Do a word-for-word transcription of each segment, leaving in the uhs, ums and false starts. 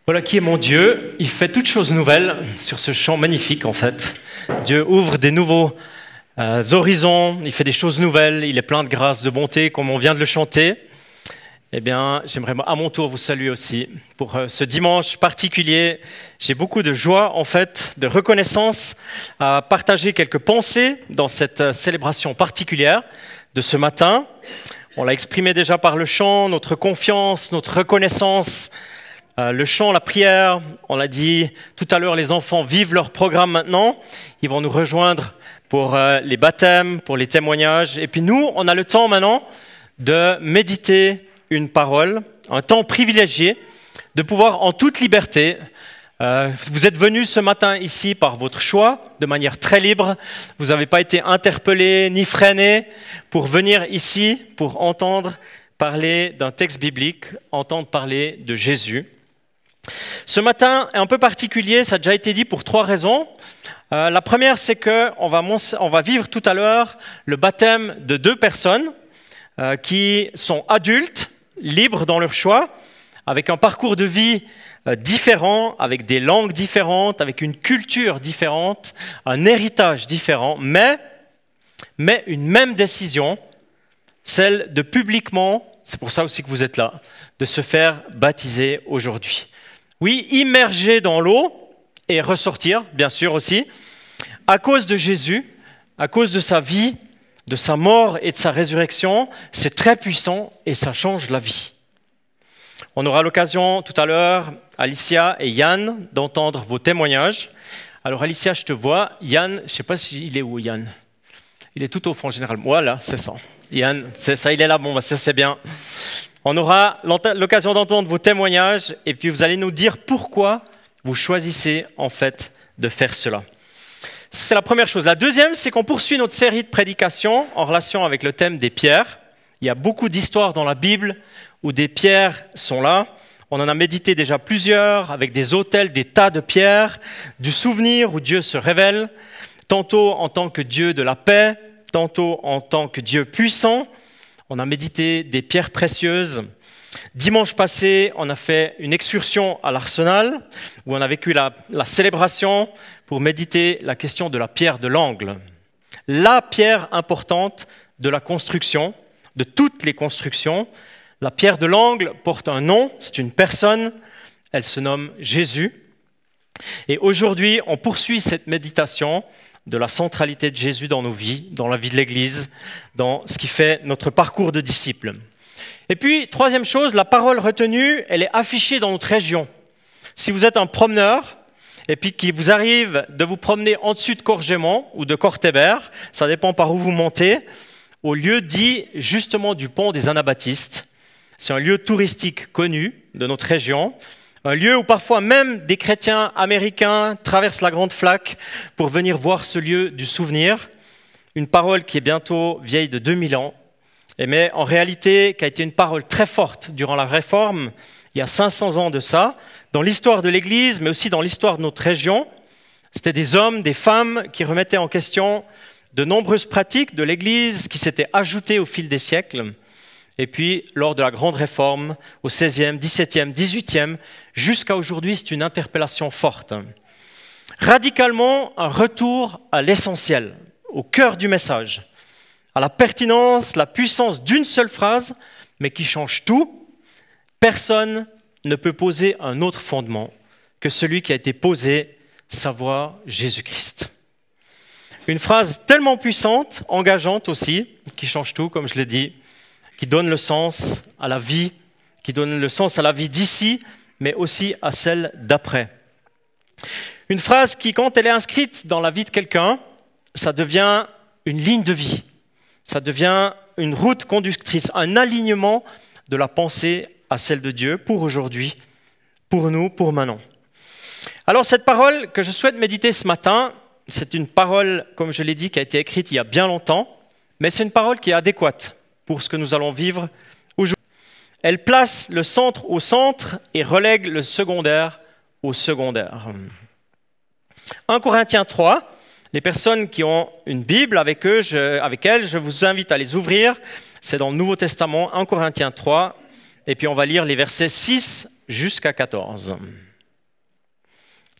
Voilà qui est mon Dieu. Il fait toutes choses nouvelles sur ce champ magnifique en fait. Dieu ouvre des nouveaux euh, horizons, il fait des choses nouvelles, il est plein de grâce, de bonté, comme on vient de le chanter. Eh bien, j'aimerais à mon tour vous saluer aussi pour euh, ce dimanche particulier. J'ai beaucoup de joie en fait, de reconnaissance à partager quelques pensées dans cette euh, célébration particulière de ce matin. On l'a exprimé déjà par le chant, notre confiance, notre reconnaissance. Euh, le chant, la prière, on l'a dit tout à l'heure, les enfants vivent leur programme maintenant. Ils vont nous rejoindre pour euh, les baptêmes, pour les témoignages. Et puis nous, on a le temps maintenant de méditer une parole, un temps privilégié, de pouvoir en toute liberté. Euh, vous êtes venus ce matin ici par votre choix, de manière très libre. Vous n'avez pas été interpellés ni freinés pour venir ici, pour entendre parler d'un texte biblique, entendre parler de Jésus. Ce matin est un peu particulier, ça a déjà été dit pour trois raisons. Euh, la première, c'est qu'on va, on va vivre tout à l'heure le baptême de deux personnes euh, qui sont adultes, libres dans leur choix, avec un parcours de vie euh, différent, avec des langues différentes, avec une culture différente, un héritage différent, mais, mais une même décision, celle de publiquement, c'est pour ça aussi que vous êtes là, de se faire baptiser aujourd'hui. Oui, immerger dans l'eau et ressortir, bien sûr aussi, à cause de Jésus, à cause de sa vie, de sa mort et de sa résurrection, c'est très puissant et ça change la vie. On aura l'occasion tout à l'heure, Alicia et Yann, d'entendre vos témoignages. Alors Alicia, je te vois. Yann, je ne sais pas s'il est où, Yann. Il est tout au fond, généralement. Voilà, c'est ça. Yann, c'est ça, il est là. Bon, bah, ça c'est bien. On aura l'occasion d'entendre vos témoignages et puis vous allez nous dire pourquoi vous choisissez en fait de faire cela. C'est la première chose. La deuxième, c'est qu'on poursuit notre série de prédications en relation avec le thème des pierres. Il y a beaucoup d'histoires dans la Bible où des pierres sont là. On en a médité déjà plusieurs avec des autels, des tas de pierres, du souvenir où Dieu se révèle, tantôt en tant que Dieu de la paix, tantôt en tant que Dieu puissant. On a médité des pierres précieuses. Dimanche passé, on a fait une excursion à l'Arsenal, où on a vécu la, la célébration pour méditer la question de la pierre de l'angle. La pierre importante de la construction, de toutes les constructions. La pierre de l'angle porte un nom, c'est une personne, elle se nomme Jésus. Et aujourd'hui, on poursuit cette méditation de la centralité de Jésus dans nos vies, dans la vie de l'Église, dans ce qui fait notre parcours de disciples. Et puis, troisième chose, la parole retenue, elle est affichée dans notre région. Si vous êtes un promeneur, et puis qu'il vous arrive de vous promener en dessus de Courgémont ou de Cortébert, ça dépend par où vous montez, au lieu dit justement du pont des Anabaptistes. C'est un lieu touristique connu de notre région, un lieu où parfois même des chrétiens américains traversent la Grande Flaque pour venir voir ce lieu du souvenir. Une parole qui est bientôt vieille de deux mille ans, mais en réalité qui a été une parole très forte durant la Réforme, il y a cinq cents ans de ça, dans l'histoire de l'Église, mais aussi dans l'histoire de notre région. C'était des hommes, des femmes qui remettaient en question de nombreuses pratiques de l'Église qui s'étaient ajoutées au fil des siècles. Et puis, lors de la Grande Réforme, au seizième, dix-septième, dix-huitième, jusqu'à aujourd'hui, c'est une interpellation forte. Radicalement, un retour à l'essentiel, au cœur du message, à la pertinence, la puissance d'une seule phrase, mais qui change tout. Personne ne peut poser un autre fondement que celui qui a été posé, savoir Jésus-Christ. Une phrase tellement puissante, engageante aussi, qui change tout, comme je l'ai dit, qui donne le sens à la vie, qui donne le sens à la vie d'ici, mais aussi à celle d'après. Une phrase qui, quand elle est inscrite dans la vie de quelqu'un, ça devient une ligne de vie, ça devient une route conductrice, un alignement de la pensée à celle de Dieu pour aujourd'hui, pour nous, pour maintenant. Alors cette parole que je souhaite méditer ce matin, c'est une parole, comme je l'ai dit, qui a été écrite il y a bien longtemps, mais c'est une parole qui est adéquate pour ce que nous allons vivre aujourd'hui. Elle place le centre au centre et relègue le secondaire au secondaire. premier Corinthiens trois, les personnes qui ont une Bible avec eux, je, avec elles, je vous invite à les ouvrir. C'est dans le Nouveau Testament, premier Corinthiens trois, et puis on va lire les versets six jusqu'à quatorze.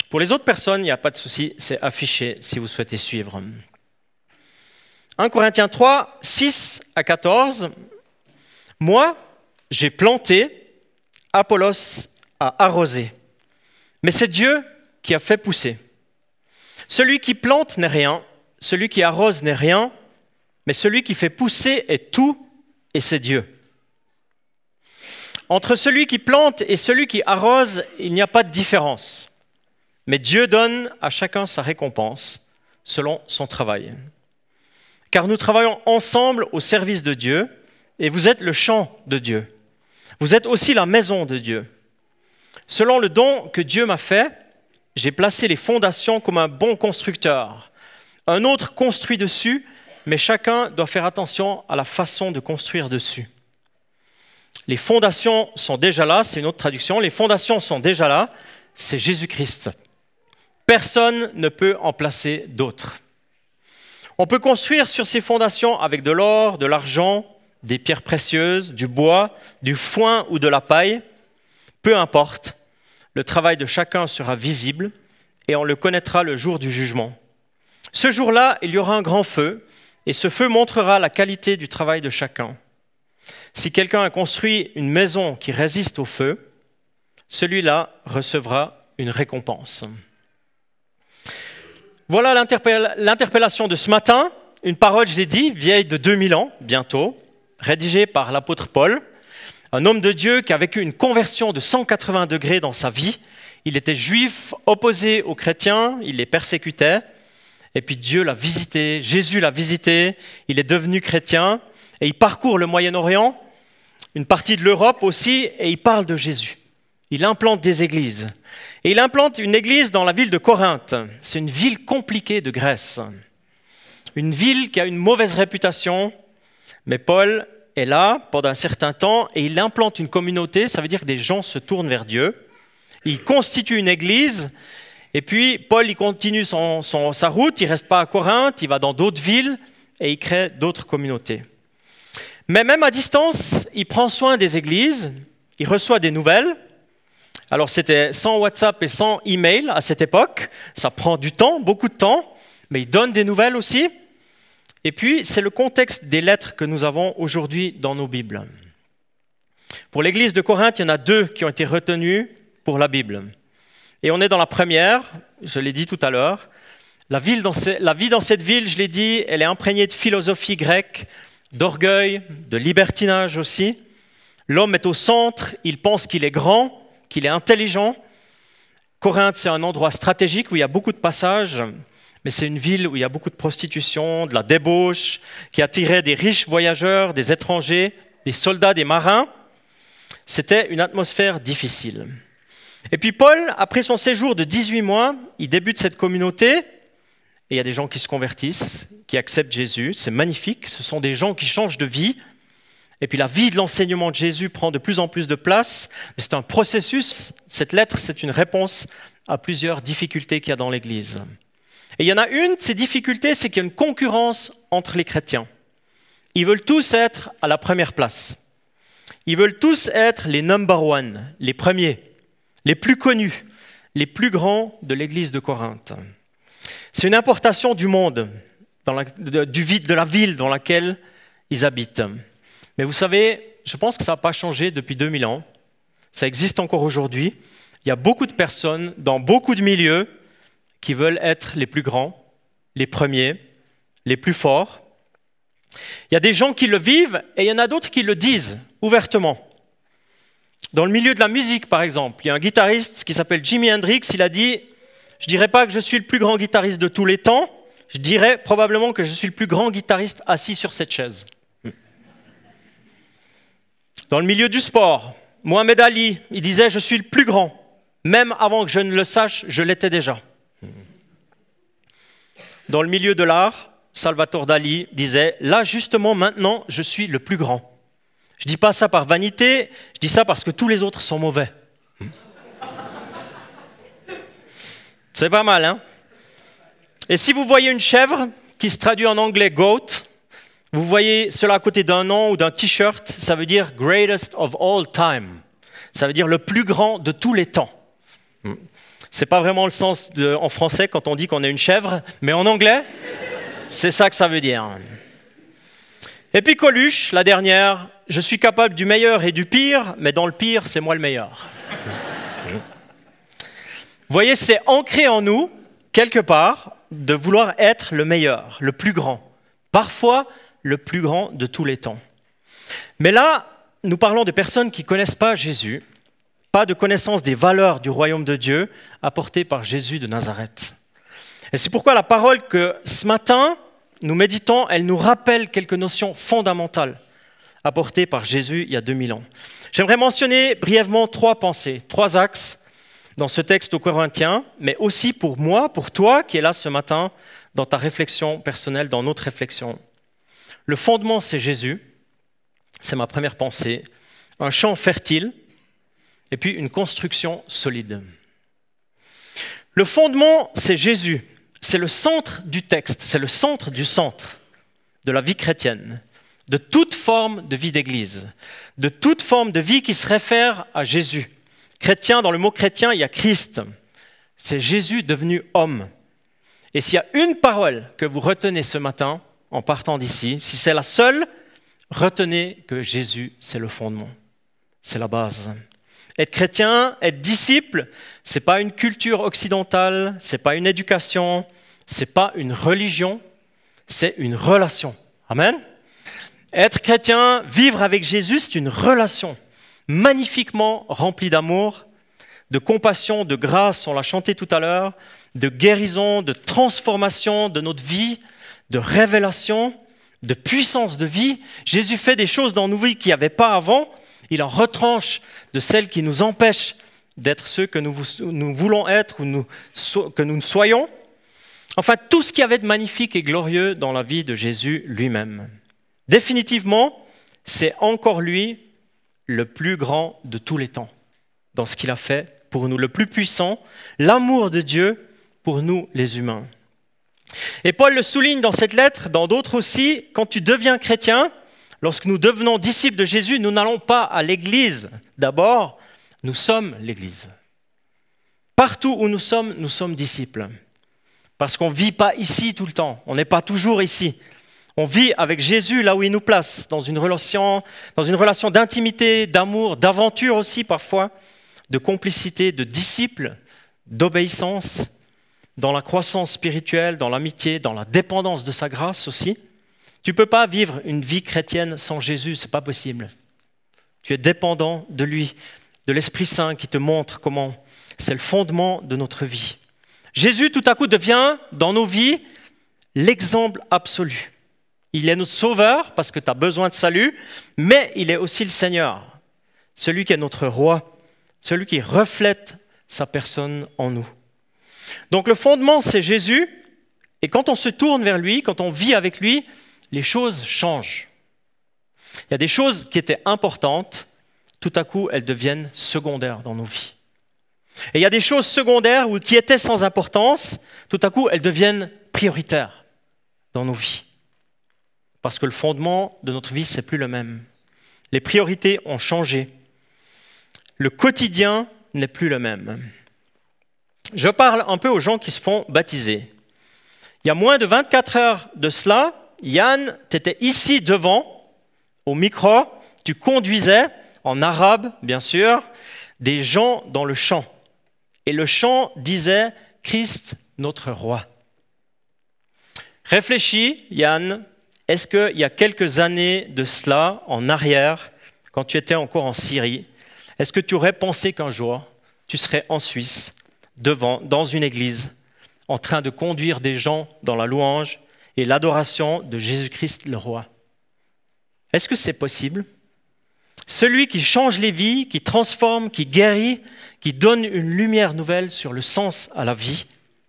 Pour les autres personnes, il n'y a pas de souci, c'est affiché si vous souhaitez suivre. premier Corinthiens trois, six à quatorze. « Moi, j'ai planté, Apollos a arrosé, mais c'est Dieu qui a fait pousser. Celui qui plante n'est rien, celui qui arrose n'est rien, mais celui qui fait pousser est tout, et c'est Dieu. Entre celui qui plante et celui qui arrose, il n'y a pas de différence. Mais Dieu donne à chacun sa récompense selon son travail. Car nous travaillons ensemble au service de Dieu, et vous êtes le champ de Dieu. Vous êtes aussi la maison de Dieu. Selon le don que Dieu m'a fait, j'ai placé les fondations comme un bon constructeur. Un autre construit dessus, mais chacun doit faire attention à la façon de construire dessus. Les fondations sont déjà là, c'est une autre traduction. Les fondations sont déjà là, c'est Jésus-Christ. Personne ne peut en placer d'autres. On peut construire sur ces fondations avec de l'or, de l'argent, des pierres précieuses, du bois, du foin ou de la paille. Peu importe, le travail de chacun sera visible et on le connaîtra le jour du jugement. Ce jour-là, il y aura un grand feu et ce feu montrera la qualité du travail de chacun. Si quelqu'un a construit une maison qui résiste au feu, celui-là recevra une récompense. Voilà l'interpell- l'interpellation de ce matin. Une parole, je l'ai dit, vieille de deux mille ans, bientôt, rédigée par l'apôtre Paul, un homme de Dieu qui a vécu une conversion de cent quatre-vingts degrés dans sa vie. Il était juif, opposé aux chrétiens, il les persécutait. Et puis Dieu l'a visité, Jésus l'a visité, il est devenu chrétien. Et il parcourt le Moyen-Orient, une partie de l'Europe aussi, et il parle de Jésus. Il implante des églises. Et il implante une église dans la ville de Corinthe. C'est une ville compliquée de Grèce. Une ville qui a une mauvaise réputation. Mais Paul est là pendant un certain temps et il implante une communauté. Ça veut dire que des gens se tournent vers Dieu. Il constitue une église. Et puis Paul il continue son, son, sa route. Il ne reste pas à Corinthe. Il va dans d'autres villes et il crée d'autres communautés. Mais même à distance, il prend soin des églises, il reçoit des nouvelles. Alors c'était sans WhatsApp et sans email à cette époque, ça prend du temps, beaucoup de temps, mais il donne des nouvelles aussi. Et puis c'est le contexte des lettres que nous avons aujourd'hui dans nos Bibles. Pour l'église de Corinthe, il y en a deux qui ont été retenues pour la Bible. Et on est dans la première, je l'ai dit tout à l'heure. La, ville dans ce, la vie dans cette ville, je l'ai dit, elle est imprégnée de philosophie grecque, d'orgueil, de libertinage aussi. L'homme est au centre, il pense qu'il est grand, qu'il est intelligent. Corinthe, c'est un endroit stratégique où il y a beaucoup de passages, mais c'est une ville où il y a beaucoup de prostitution, de la débauche, qui attirait des riches voyageurs, des étrangers, des soldats, des marins. C'était une atmosphère difficile. Et puis Paul, après son séjour de dix-huit mois, il débute cette communauté. Et il y a des gens qui se convertissent, qui acceptent Jésus. C'est magnifique. Ce sont des gens qui changent de vie. Et puis la vie de l'enseignement de Jésus prend de plus en plus de place. Mais c'est un processus. Cette lettre, c'est une réponse à plusieurs difficultés qu'il y a dans l'Église. Et il y en a une de ces difficultés, c'est qu'il y a une concurrence entre les chrétiens. Ils veulent tous être à la première place. Ils veulent tous être les number one, les premiers, les plus connus, les plus grands de l'Église de Corinthe. C'est une importation du monde, dans la, de, du, de la ville dans laquelle ils habitent. Mais vous savez, je pense que ça n'a pas changé depuis deux mille ans. Ça existe encore aujourd'hui. Il y a beaucoup de personnes dans beaucoup de milieux qui veulent être les plus grands, les premiers, les plus forts. Il y a des gens qui le vivent et il y en a d'autres qui le disent ouvertement. Dans le milieu de la musique, par exemple, il y a un guitariste qui s'appelle Jimi Hendrix, il a dit « Je ne dirais pas que je suis le plus grand guitariste de tous les temps, je dirais probablement que je suis le plus grand guitariste assis sur cette chaise. » Dans le milieu du sport, Mohamed Ali, il disait « Je suis le plus grand, même avant que je ne le sache, je l'étais déjà. » Dans le milieu de l'art, Salvatore Dali disait « Là, justement, maintenant, je suis le plus grand. » Je ne dis pas ça par vanité, je dis ça parce que tous les autres sont mauvais. C'est pas mal, hein? Et si vous voyez une chèvre qui se traduit en anglais « goat », vous voyez cela à côté d'un nom ou d'un t-shirt, ça veut dire « greatest of all time ». Ça veut dire le plus grand de tous les temps. C'est pas vraiment le sens de, en français quand on dit qu'on est une chèvre, mais en anglais, c'est ça que ça veut dire. Et puis Coluche, la dernière, je suis capable du meilleur et du pire, mais dans le pire, c'est moi le meilleur. Vous voyez, c'est ancré en nous, quelque part, de vouloir être le meilleur, le plus grand. Parfois, le plus grand de tous les temps. Mais là, nous parlons de personnes qui ne connaissent pas Jésus, pas de connaissance des valeurs du royaume de Dieu apportées par Jésus de Nazareth. Et c'est pourquoi la parole que ce matin, nous méditons, elle nous rappelle quelques notions fondamentales apportées par Jésus il y a deux mille ans. J'aimerais mentionner brièvement trois pensées, trois axes dans ce texte aux Corinthiens, mais aussi pour moi, pour toi qui es là ce matin, dans ta réflexion personnelle, dans notre réflexion. Le fondement, c'est Jésus, c'est ma première pensée, un champ fertile, et puis une construction solide. Le fondement, c'est Jésus, c'est le centre du texte, c'est le centre du centre de la vie chrétienne, de toute forme de vie d'église, de toute forme de vie qui se réfère à Jésus. Chrétien, dans le mot chrétien, il y a Christ. C'est Jésus devenu homme. Et s'il y a une parole que vous retenez ce matin, en partant d'ici, si c'est la seule, retenez que Jésus, c'est le fondement. C'est la base. Être chrétien, être disciple, ce n'est pas une culture occidentale, ce n'est pas une éducation, ce n'est pas une religion, c'est une relation. Amen. Être chrétien, vivre avec Jésus, c'est une relation magnifiquement remplie d'amour, de compassion, de grâce, on l'a chanté tout à l'heure, de guérison, de transformation de notre vie, de révélation, de puissance de vie. Jésus fait des choses dans nos vies qu'il n'y avait pas avant. Il en retranche de celles qui nous empêchent d'être ceux que nous, nous voulons être ou nous, que nous ne soyons. Enfin, tout ce qu'il y avait de magnifique et glorieux dans la vie de Jésus lui-même. Définitivement, c'est encore lui le plus grand de tous les temps, dans ce qu'il a fait pour nous, le plus puissant, l'amour de Dieu pour nous les humains. Et Paul le souligne dans cette lettre, dans d'autres aussi, quand tu deviens chrétien, lorsque nous devenons disciples de Jésus, nous n'allons pas à l'église d'abord, nous sommes l'église. Partout où nous sommes, nous sommes disciples. Parce qu'on ne vit pas ici tout le temps, on n'est pas toujours ici. On vit avec Jésus là où il nous place, dans une relation, dans une relation d'intimité, d'amour, d'aventure aussi parfois, de complicité, de disciples, d'obéissance, dans la croissance spirituelle, dans l'amitié, dans la dépendance de sa grâce aussi. Tu ne peux pas vivre une vie chrétienne sans Jésus, ce n'est pas possible. Tu es dépendant de lui, de l'Esprit Saint qui te montre comment c'est le fondement de notre vie. Jésus tout à coup devient dans nos vies l'exemple absolu. Il est notre sauveur parce que tu as besoin de salut, mais il est aussi le Seigneur, celui qui est notre roi, celui qui reflète sa personne en nous. Donc le fondement, c'est Jésus, et quand on se tourne vers lui, quand on vit avec lui, les choses changent. Il y a des choses qui étaient importantes, tout à coup, elles deviennent secondaires dans nos vies. Et il y a des choses secondaires ou qui étaient sans importance, tout à coup, elles deviennent prioritaires dans nos vies. Parce que le fondement de notre vie, c'est plus le même. Les priorités ont changé. Le quotidien n'est plus le même. Je parle un peu aux gens qui se font baptiser. Il y a moins de vingt-quatre heures de cela, Yann, tu étais ici devant, au micro, tu conduisais, en arabe bien sûr, des gens dans le chant. Et le chant disait « Christ, notre roi ». Réfléchis, Yann, est-ce qu'il y a quelques années de cela, en arrière, quand tu étais encore en Syrie, est-ce que tu aurais pensé qu'un jour, tu serais en Suisse, devant, dans une église, en train de conduire des gens dans la louange et l'adoration de Jésus-Christ le roi? Est-ce que c'est possible? Celui qui change les vies, qui transforme, qui guérit, qui donne une lumière nouvelle sur le sens à la vie.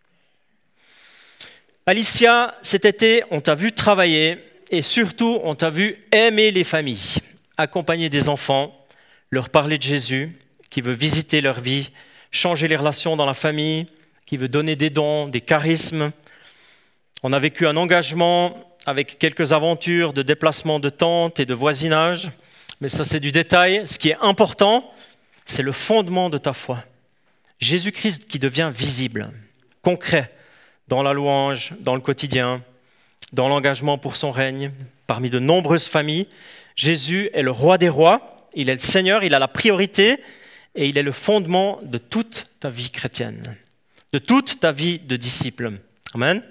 Alicia, cet été, on t'a vu travailler et surtout, on t'a vu aimer les familles, accompagner des enfants, leur parler de Jésus, qui veut visiter leur vie, changer les relations dans la famille, qui veut donner des dons, des charismes. On a vécu un engagement avec quelques aventures de déplacement de tentes et de voisinage, mais ça c'est du détail. Ce qui est important, c'est le fondement de ta foi. Jésus-Christ qui devient visible, concret, dans la louange, dans le quotidien, dans l'engagement pour son règne, parmi de nombreuses familles. Jésus est le roi des rois, il est le Seigneur, il a la priorité et il est le fondement de toute ta vie chrétienne, de toute ta vie de disciple. Amen.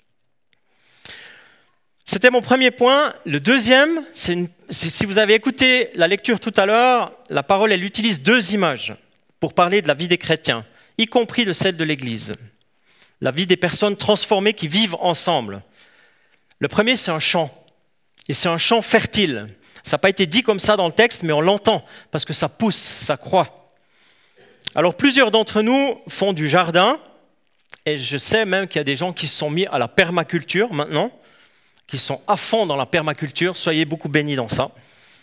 C'était mon premier point. Le deuxième, c'est une, c'est, si vous avez écouté la lecture tout à l'heure, la parole, elle utilise deux images pour parler de la vie des chrétiens, y compris de celle de l'Église. La vie des personnes transformées qui vivent ensemble. Le premier, c'est un champ. Et c'est un champ fertile. Ça n'a pas été dit comme ça dans le texte, mais on l'entend, parce que ça pousse, ça croît. Alors, plusieurs d'entre nous font du jardin, et je sais même qu'il y a des gens qui se sont mis à la permaculture maintenant, qui sont à fond dans la permaculture. Soyez beaucoup bénis dans ça.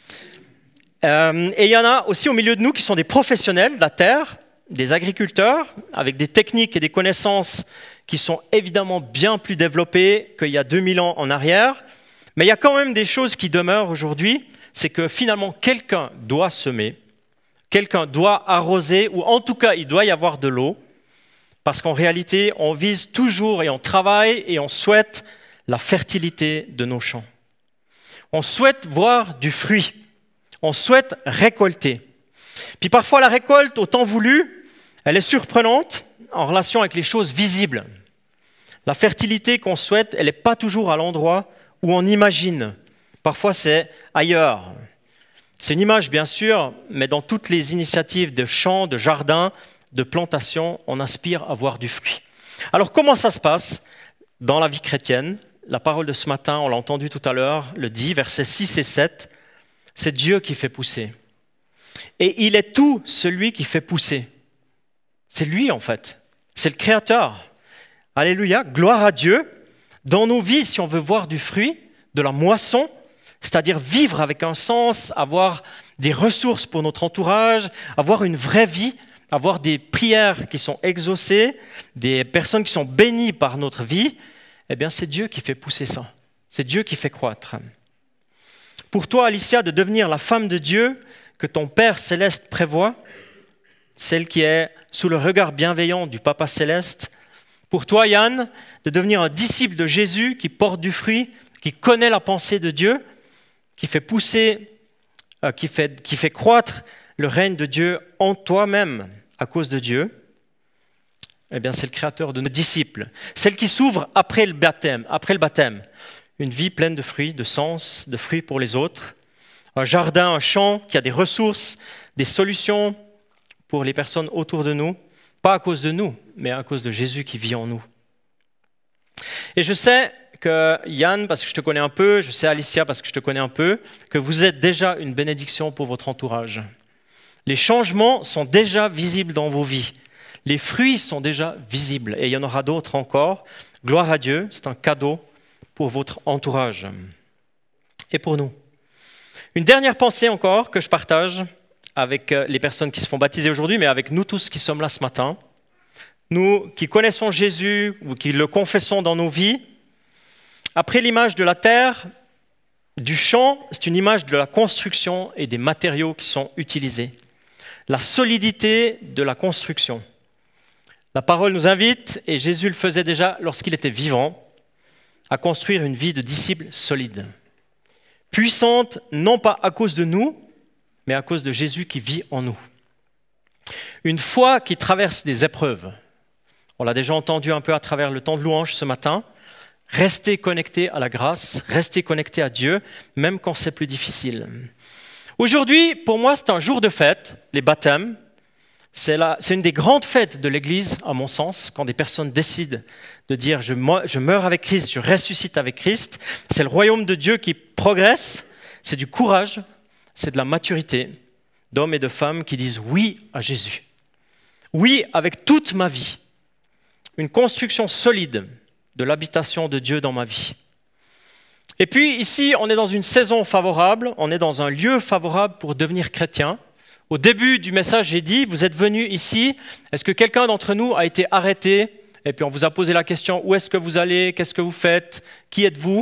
Euh, et il y en a aussi au milieu de nous qui sont des professionnels de la terre, des agriculteurs, avec des techniques et des connaissances qui sont évidemment bien plus développées qu'il y a deux mille ans en arrière. Mais il y a quand même des choses qui demeurent aujourd'hui, c'est que finalement quelqu'un doit semer, quelqu'un doit arroser, ou en tout cas il doit y avoir de l'eau, parce qu'en réalité on vise toujours et on travaille et on souhaite la fertilité de nos champs. On souhaite voir du fruit, on souhaite récolter. Puis parfois la récolte, au temps voulu, elle est surprenante en relation avec les choses visibles. La fertilité qu'on souhaite, elle n'est pas toujours à l'endroit où on imagine. Parfois c'est ailleurs. C'est une image bien sûr, mais dans toutes les initiatives de champs, de jardins, de plantations, on aspire à voir du fruit. Alors comment ça se passe dans la vie chrétienne ? La parole de ce matin, on l'a entendu tout à l'heure, le dit, versets six et sept, c'est Dieu qui fait pousser. Et il est tout celui qui fait pousser. C'est lui en fait, c'est le Créateur. Alléluia, gloire à Dieu. Dans nos vies, si on veut voir du fruit, de la moisson, c'est-à-dire vivre avec un sens, avoir des ressources pour notre entourage, avoir une vraie vie, avoir des prières qui sont exaucées, des personnes qui sont bénies par notre vie, eh bien c'est Dieu qui fait pousser ça. C'est Dieu qui fait croître. Pour toi, Alicia, de devenir la femme de Dieu que ton Père céleste prévoit, celle qui est sous le regard bienveillant du Papa céleste. Pour toi, Yann, de devenir un disciple de Jésus qui porte du fruit, qui connaît la pensée de Dieu, qui fait pousser, euh, qui fait, qui fait croître le règne de Dieu en toi-même à cause de Dieu. Eh bien, c'est le Créateur de nos disciples. Celle qui s'ouvre après le baptême, après le baptême. Une vie pleine de fruits, de sens, de fruits pour les autres. Un jardin, un champ qui a des ressources, des solutions pour les personnes autour de nous. Pas à cause de nous, mais à cause de Jésus qui vit en nous. Et je sais que Yann, parce que je te connais un peu, je sais Alicia, parce que je te connais un peu, que vous êtes déjà une bénédiction pour votre entourage. Les changements sont déjà visibles dans vos vies. Les fruits sont déjà visibles et il y en aura d'autres encore. Gloire à Dieu, c'est un cadeau pour votre entourage et pour nous. Une dernière pensée encore que je partage avec les personnes qui se font baptiser aujourd'hui, mais avec nous tous qui sommes là ce matin. Nous qui connaissons Jésus ou qui le confessons dans nos vies, après l'image de la terre, du champ, c'est une image de la construction et des matériaux qui sont utilisés. La solidité de la construction. La parole nous invite, et Jésus le faisait déjà lorsqu'il était vivant, à construire une vie de disciple solide. Puissante, non pas à cause de nous, mais à cause de Jésus qui vit en nous. Une foi qui traverse des épreuves. On l'a déjà entendu un peu à travers le temps de louange ce matin. Restez connectés à la grâce, restez connectés à Dieu, même quand c'est plus difficile. Aujourd'hui, pour moi, c'est un jour de fête, les baptêmes. C'est, la, c'est une des grandes fêtes de l'Église, à mon sens, quand des personnes décident de dire je, « je meurs avec Christ, je ressuscite avec Christ ». C'est le royaume de Dieu qui progresse, c'est du courage, c'est de la maturité d'hommes et de femmes qui disent oui à Jésus. Oui avec toute ma vie. Une construction solide de l'habitation de Dieu dans ma vie. Et puis ici, on est dans une saison favorable, on est dans un lieu favorable pour devenir chrétien. Au début du message, j'ai dit, vous êtes venus ici, est-ce que quelqu'un d'entre nous a été arrêté? Et puis on vous a posé la question, où est-ce que vous allez? Qu'est-ce que vous faites? Qui êtes-vous?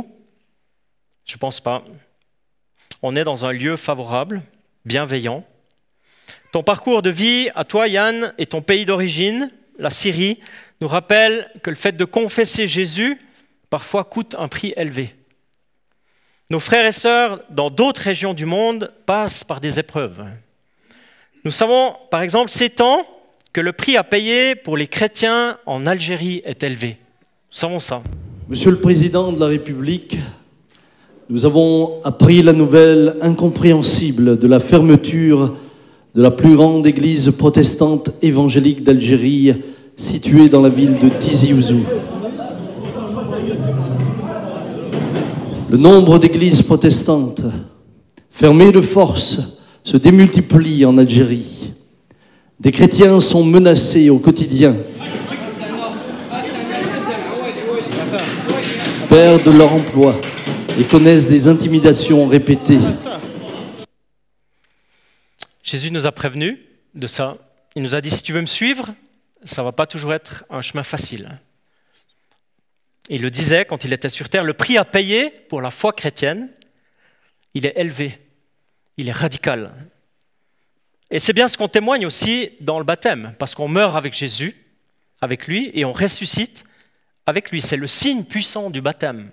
Je ne pense pas. On est dans un lieu favorable, bienveillant. Ton parcours de vie à toi, Yann, et ton pays d'origine, la Syrie, nous rappelle que le fait de confesser Jésus, parfois coûte un prix élevé. Nos frères et sœurs dans d'autres régions du monde passent par des épreuves. Nous savons, par exemple, ces temps, que le prix à payer pour les chrétiens en Algérie est élevé. Nous savons ça. Monsieur le Président de la République, nous avons appris la nouvelle incompréhensible de la fermeture de la plus grande église protestante évangélique d'Algérie, située dans la ville de Tizi Ouzou. Le nombre d'églises protestantes fermées de force se démultiplie en Algérie. Des chrétiens sont menacés au quotidien, perdent leur emploi et connaissent des intimidations répétées. Jésus nous a prévenus de ça. Il nous a dit, si tu veux me suivre, ça ne va pas toujours être un chemin facile. Il le disait quand il était sur terre, le prix à payer pour la foi chrétienne, il est élevé, il est radical. Et c'est bien ce qu'on témoigne aussi dans le baptême, parce qu'on meurt avec Jésus, avec lui, et on ressuscite avec lui. C'est le signe puissant du baptême.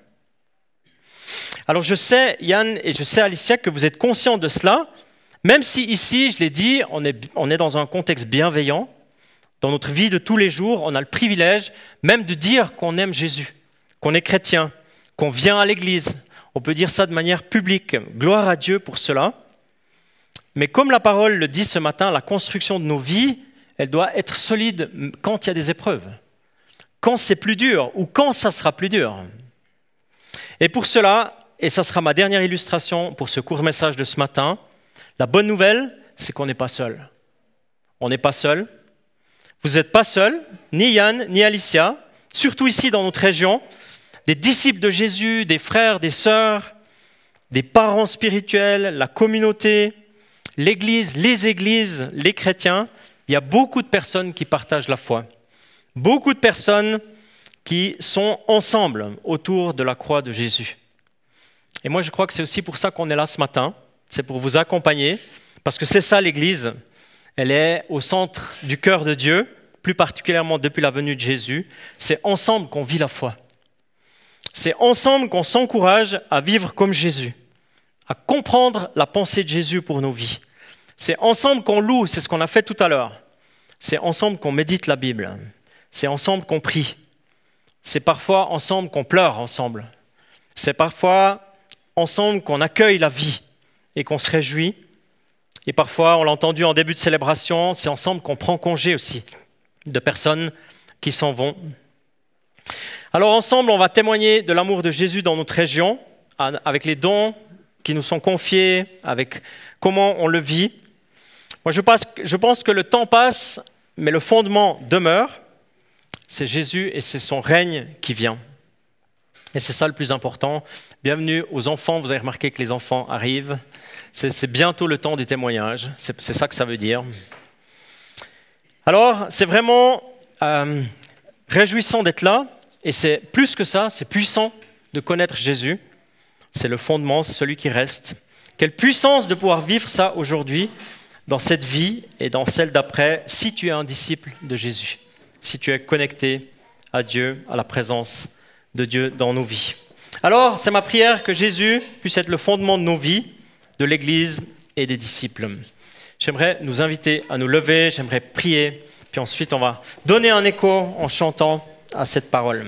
Alors je sais, Yann, et je sais, Alicia, que vous êtes conscients de cela, même si ici, je l'ai dit, on est, on est dans un contexte bienveillant. Dans notre vie de tous les jours, on a le privilège même de dire qu'on aime Jésus, qu'on est chrétien, qu'on vient à l'église. On peut dire ça de manière publique. Gloire à Dieu pour cela. Mais comme la parole le dit ce matin, la construction de nos vies, elle doit être solide quand il y a des épreuves, quand c'est plus dur ou quand ça sera plus dur. Et pour cela, et ça sera ma dernière illustration pour ce court message de ce matin, la bonne nouvelle, c'est qu'on n'est pas seul. On n'est pas seul. Vous n'êtes pas seul, ni Yann, ni Alicia, surtout ici dans notre région, des disciples de Jésus, des frères, des sœurs, des parents spirituels, la communauté, l'église, les églises, les chrétiens. Il y a beaucoup de personnes qui partagent la foi. Beaucoup de personnes qui sont ensemble autour de la croix de Jésus. Et moi, je crois que c'est aussi pour ça qu'on est là ce matin. C'est pour vous accompagner, parce que c'est ça l'Église. Elle est au centre du cœur de Dieu, plus particulièrement depuis la venue de Jésus. C'est ensemble qu'on vit la foi. C'est ensemble qu'on s'encourage à vivre comme Jésus, à comprendre la pensée de Jésus pour nos vies. C'est ensemble qu'on loue, c'est ce qu'on a fait tout à l'heure. C'est ensemble qu'on médite la Bible. C'est ensemble qu'on prie. C'est parfois ensemble qu'on pleure ensemble. C'est parfois ensemble qu'on accueille la vie et qu'on se réjouit. Et parfois, on l'a entendu en début de célébration, c'est ensemble qu'on prend congé aussi de personnes qui s'en vont. Alors ensemble, on va témoigner de l'amour de Jésus dans notre région, avec les dons qui nous sont confiés, avec comment on le vit. Moi, je pense, je pense que le temps passe, mais le fondement demeure. C'est Jésus et c'est son règne qui vient. Et c'est ça le plus important. Bienvenue aux enfants. Vous avez remarqué que les enfants arrivent. C'est, c'est bientôt le temps des témoignages. C'est, c'est ça que ça veut dire. Alors, c'est vraiment euh, réjouissant d'être là. Et c'est plus que ça, c'est puissant de connaître Jésus. C'est le fondement, c'est celui qui reste. Quelle puissance de pouvoir vivre ça aujourd'hui, dans cette vie et dans celle d'après, si tu es un disciple de Jésus, si tu es connecté à Dieu, à la présence de Dieu dans nos vies. Alors, c'est ma prière que Jésus puisse être le fondement de nos vies, de l'Église et des disciples. J'aimerais nous inviter à nous lever, j'aimerais prier, puis ensuite on va donner un écho en chantant à cette parole.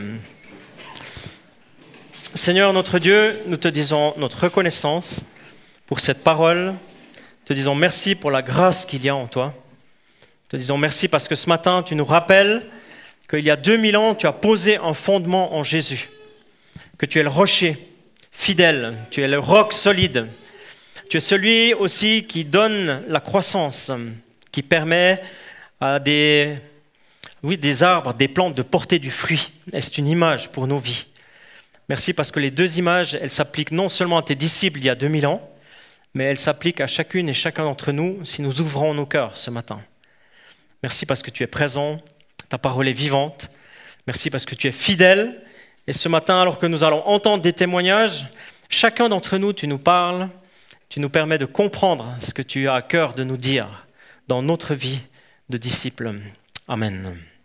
Seigneur notre Dieu, nous te disons notre reconnaissance pour cette parole. Te disons merci pour la grâce qu'il y a en toi. Te disons merci parce que ce matin, tu nous rappelles qu'il y a deux mille ans, tu as posé un fondement en Jésus. Que tu es le rocher fidèle, tu es le roc solide. Tu es celui aussi qui donne la croissance, qui permet à des, oui, des arbres, des plantes de porter du fruit. Et c'est une image pour nos vies. Merci parce que les deux images, elles s'appliquent non seulement à tes disciples il y a deux mille ans, mais elles s'appliquent à chacune et chacun d'entre nous si nous ouvrons nos cœurs ce matin. Merci parce que tu es présent, ta parole est vivante. Merci parce que tu es fidèle. Et ce matin, alors que nous allons entendre des témoignages, chacun d'entre nous, tu nous parles, tu nous permets de comprendre ce que tu as à cœur de nous dire, dans notre vie de disciples. Amen.